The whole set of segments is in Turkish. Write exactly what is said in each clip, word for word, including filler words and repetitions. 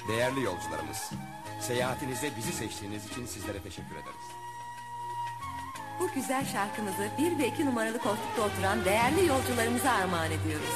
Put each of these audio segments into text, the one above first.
Değerli yolcularımız, seyahatinizde bizi seçtiğiniz için sizlere teşekkür ederiz. Bu güzel şarkımızı bir ve iki numaralı koltukta oturan değerli yolcularımıza armağan ediyoruz.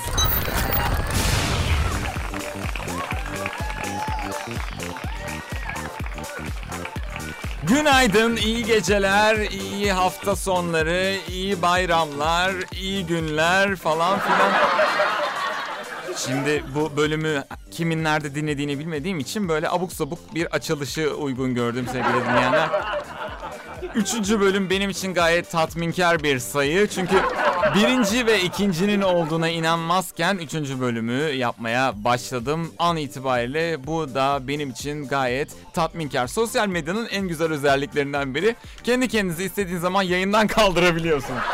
Günaydın, iyi geceler, iyi hafta sonları, iyi bayramlar, iyi günler falan filan. Şimdi bu bölümü kimin nerede dinlediğini bilmediğim için böyle abuk sabuk bir açılışı uygun gördüm sevgili dinleyenler. Üçüncü bölüm benim için gayet tatminkar bir sayı. Çünkü birinci ve ikincinin olduğuna inanmazken üçüncü bölümü yapmaya başladım. An itibariyle bu da benim için gayet tatminkar. Sosyal medyanın en güzel özelliklerinden biri. Kendi kendinizi istediğin zaman yayından kaldırabiliyorsunuz.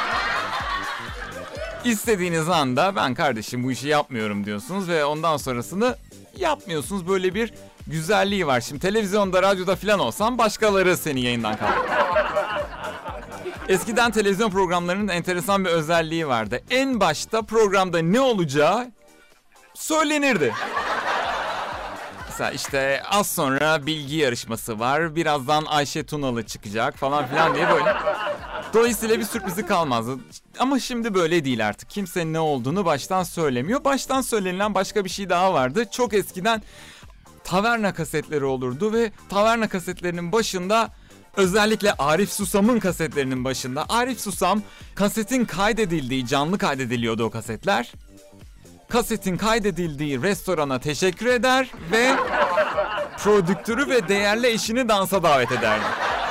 İstediğiniz anda ben kardeşim bu işi yapmıyorum diyorsunuz ve ondan sonrasını yapmıyorsunuz. Böyle bir güzelliği var. Şimdi televizyonda, radyoda falan olsan başkaları seni yayından kaldırır. Eskiden televizyon programlarının enteresan bir özelliği vardı. En başta programda ne olacağı söylenirdi. Mesela işte az sonra bilgi yarışması var. Birazdan Ayşe Tunalı çıkacak falan filan diye böyle. Dolayısıyla bir sürprizi kalmazdı. Ama şimdi böyle değil artık. Kimse ne olduğunu baştan söylemiyor. Baştan söylenilen başka bir şey daha vardı. Çok eskiden taverna kasetleri olurdu ve taverna kasetlerinin başında özellikle Arif Susam'ın kasetlerinin başında Arif Susam kasetin kaydedildiği, canlı kaydediliyordu o kasetler. Kasetin kaydedildiği restorana teşekkür eder ve prodüktörü ve değerli eşini dansa davet ederdi.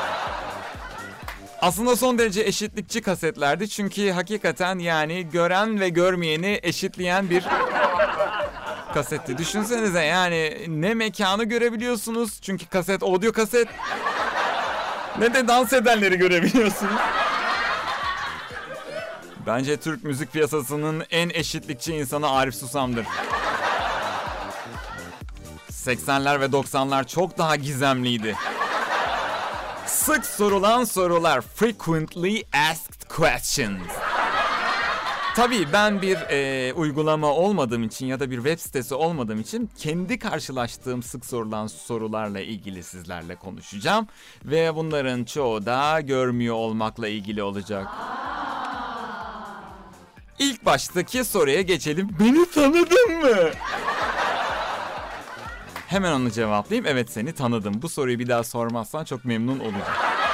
Aslında son derece eşitlikçi kasetlerdi çünkü hakikaten yani gören ve görmeyeni eşitleyen bir kasetti. Düşünsenize yani ne mekanı görebiliyorsunuz çünkü kaset audio kaset, ne de dans edenleri görebiliyorsunuz. Bence Türk müzik piyasasının en eşitlikçi insanı Arif Susam'dır. seksenler ve doksanlar çok daha gizemliydi. Sık sorulan sorular, frequently asked questions. Tabii ben bir e, uygulama olmadığım için ya da bir web sitesi olmadığım için kendi karşılaştığım sık sorulan sorularla ilgili sizlerle konuşacağım. Ve bunların çoğu da görmüyor olmakla ilgili olacak. İlk baştaki soruya geçelim. Beni tanıdın mı? Hemen onu cevaplayayım. Evet, seni tanıdım. Bu soruyu bir daha sormazsan çok memnun olacağım.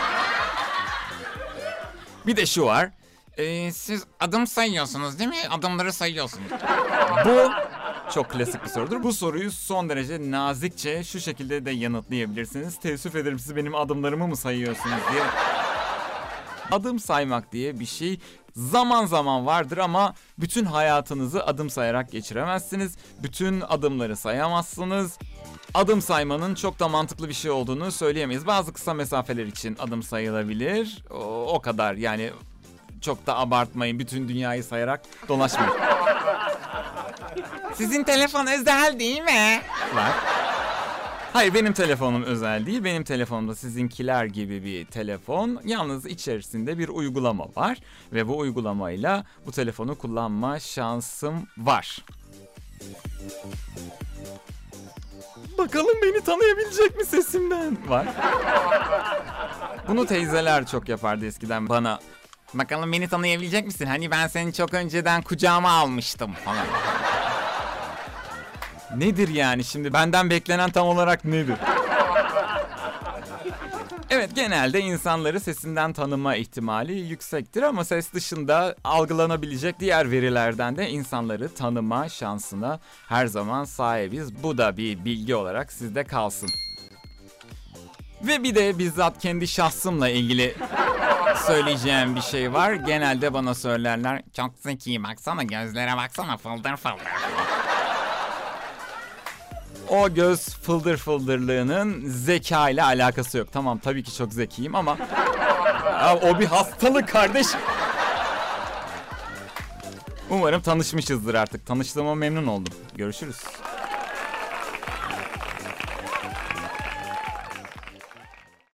Bir de şu var. Ee, siz adım sayıyorsunuz değil mi? Adımları sayıyorsunuz. Bu çok klasik bir sorudur. Bu soruyu son derece nazikçe şu şekilde de yanıtlayabilirsiniz. Teessüf ederim, siz benim adımlarımı mı sayıyorsunuz diye. Adım saymak diye bir şey zaman zaman vardır ama bütün hayatınızı adım sayarak geçiremezsiniz. Bütün adımları sayamazsınız. Adım saymanın çok da mantıklı bir şey olduğunu söyleyemeyiz. Bazı kısa mesafeler için adım sayılabilir. O, o kadar yani, çok da abartmayın. Bütün dünyayı sayarak dolaşmayın. Sizin telefon özel değil mi? Var. Hayır, benim telefonum özel değil. Benim telefonumda sizinkiler gibi bir telefon. Yalnız içerisinde bir uygulama var. Ve bu uygulamayla bu telefonu kullanma şansım var. Bakalım beni tanıyabilecek mi sesimden? Var. Bunu teyzeler çok yapardı eskiden bana. Bakalım beni tanıyabilecek misin? Hani ben seni çok önceden kucağıma almıştım falan. Nedir yani şimdi? Benden beklenen tam olarak nedir? Evet, genelde insanları sesinden tanıma ihtimali yüksektir ama ses dışında algılanabilecek diğer verilerden de insanları tanıma şansına her zaman sahibiz. Bu da bir bilgi olarak sizde kalsın. Ve bir de bizzat kendi şahsımla ilgili söyleyeceğim bir şey var. Genelde bana söylerler, çok zeki, baksana gözlere baksana, fıldır fıldır. O göz fıldır fıldırlığının zeka ile alakası yok. Tamam, tabii ki çok zekiyim ama o bir hastalık kardeşim. Umarım tanışmışızdır artık. Tanıştığıma memnun oldum. Görüşürüz.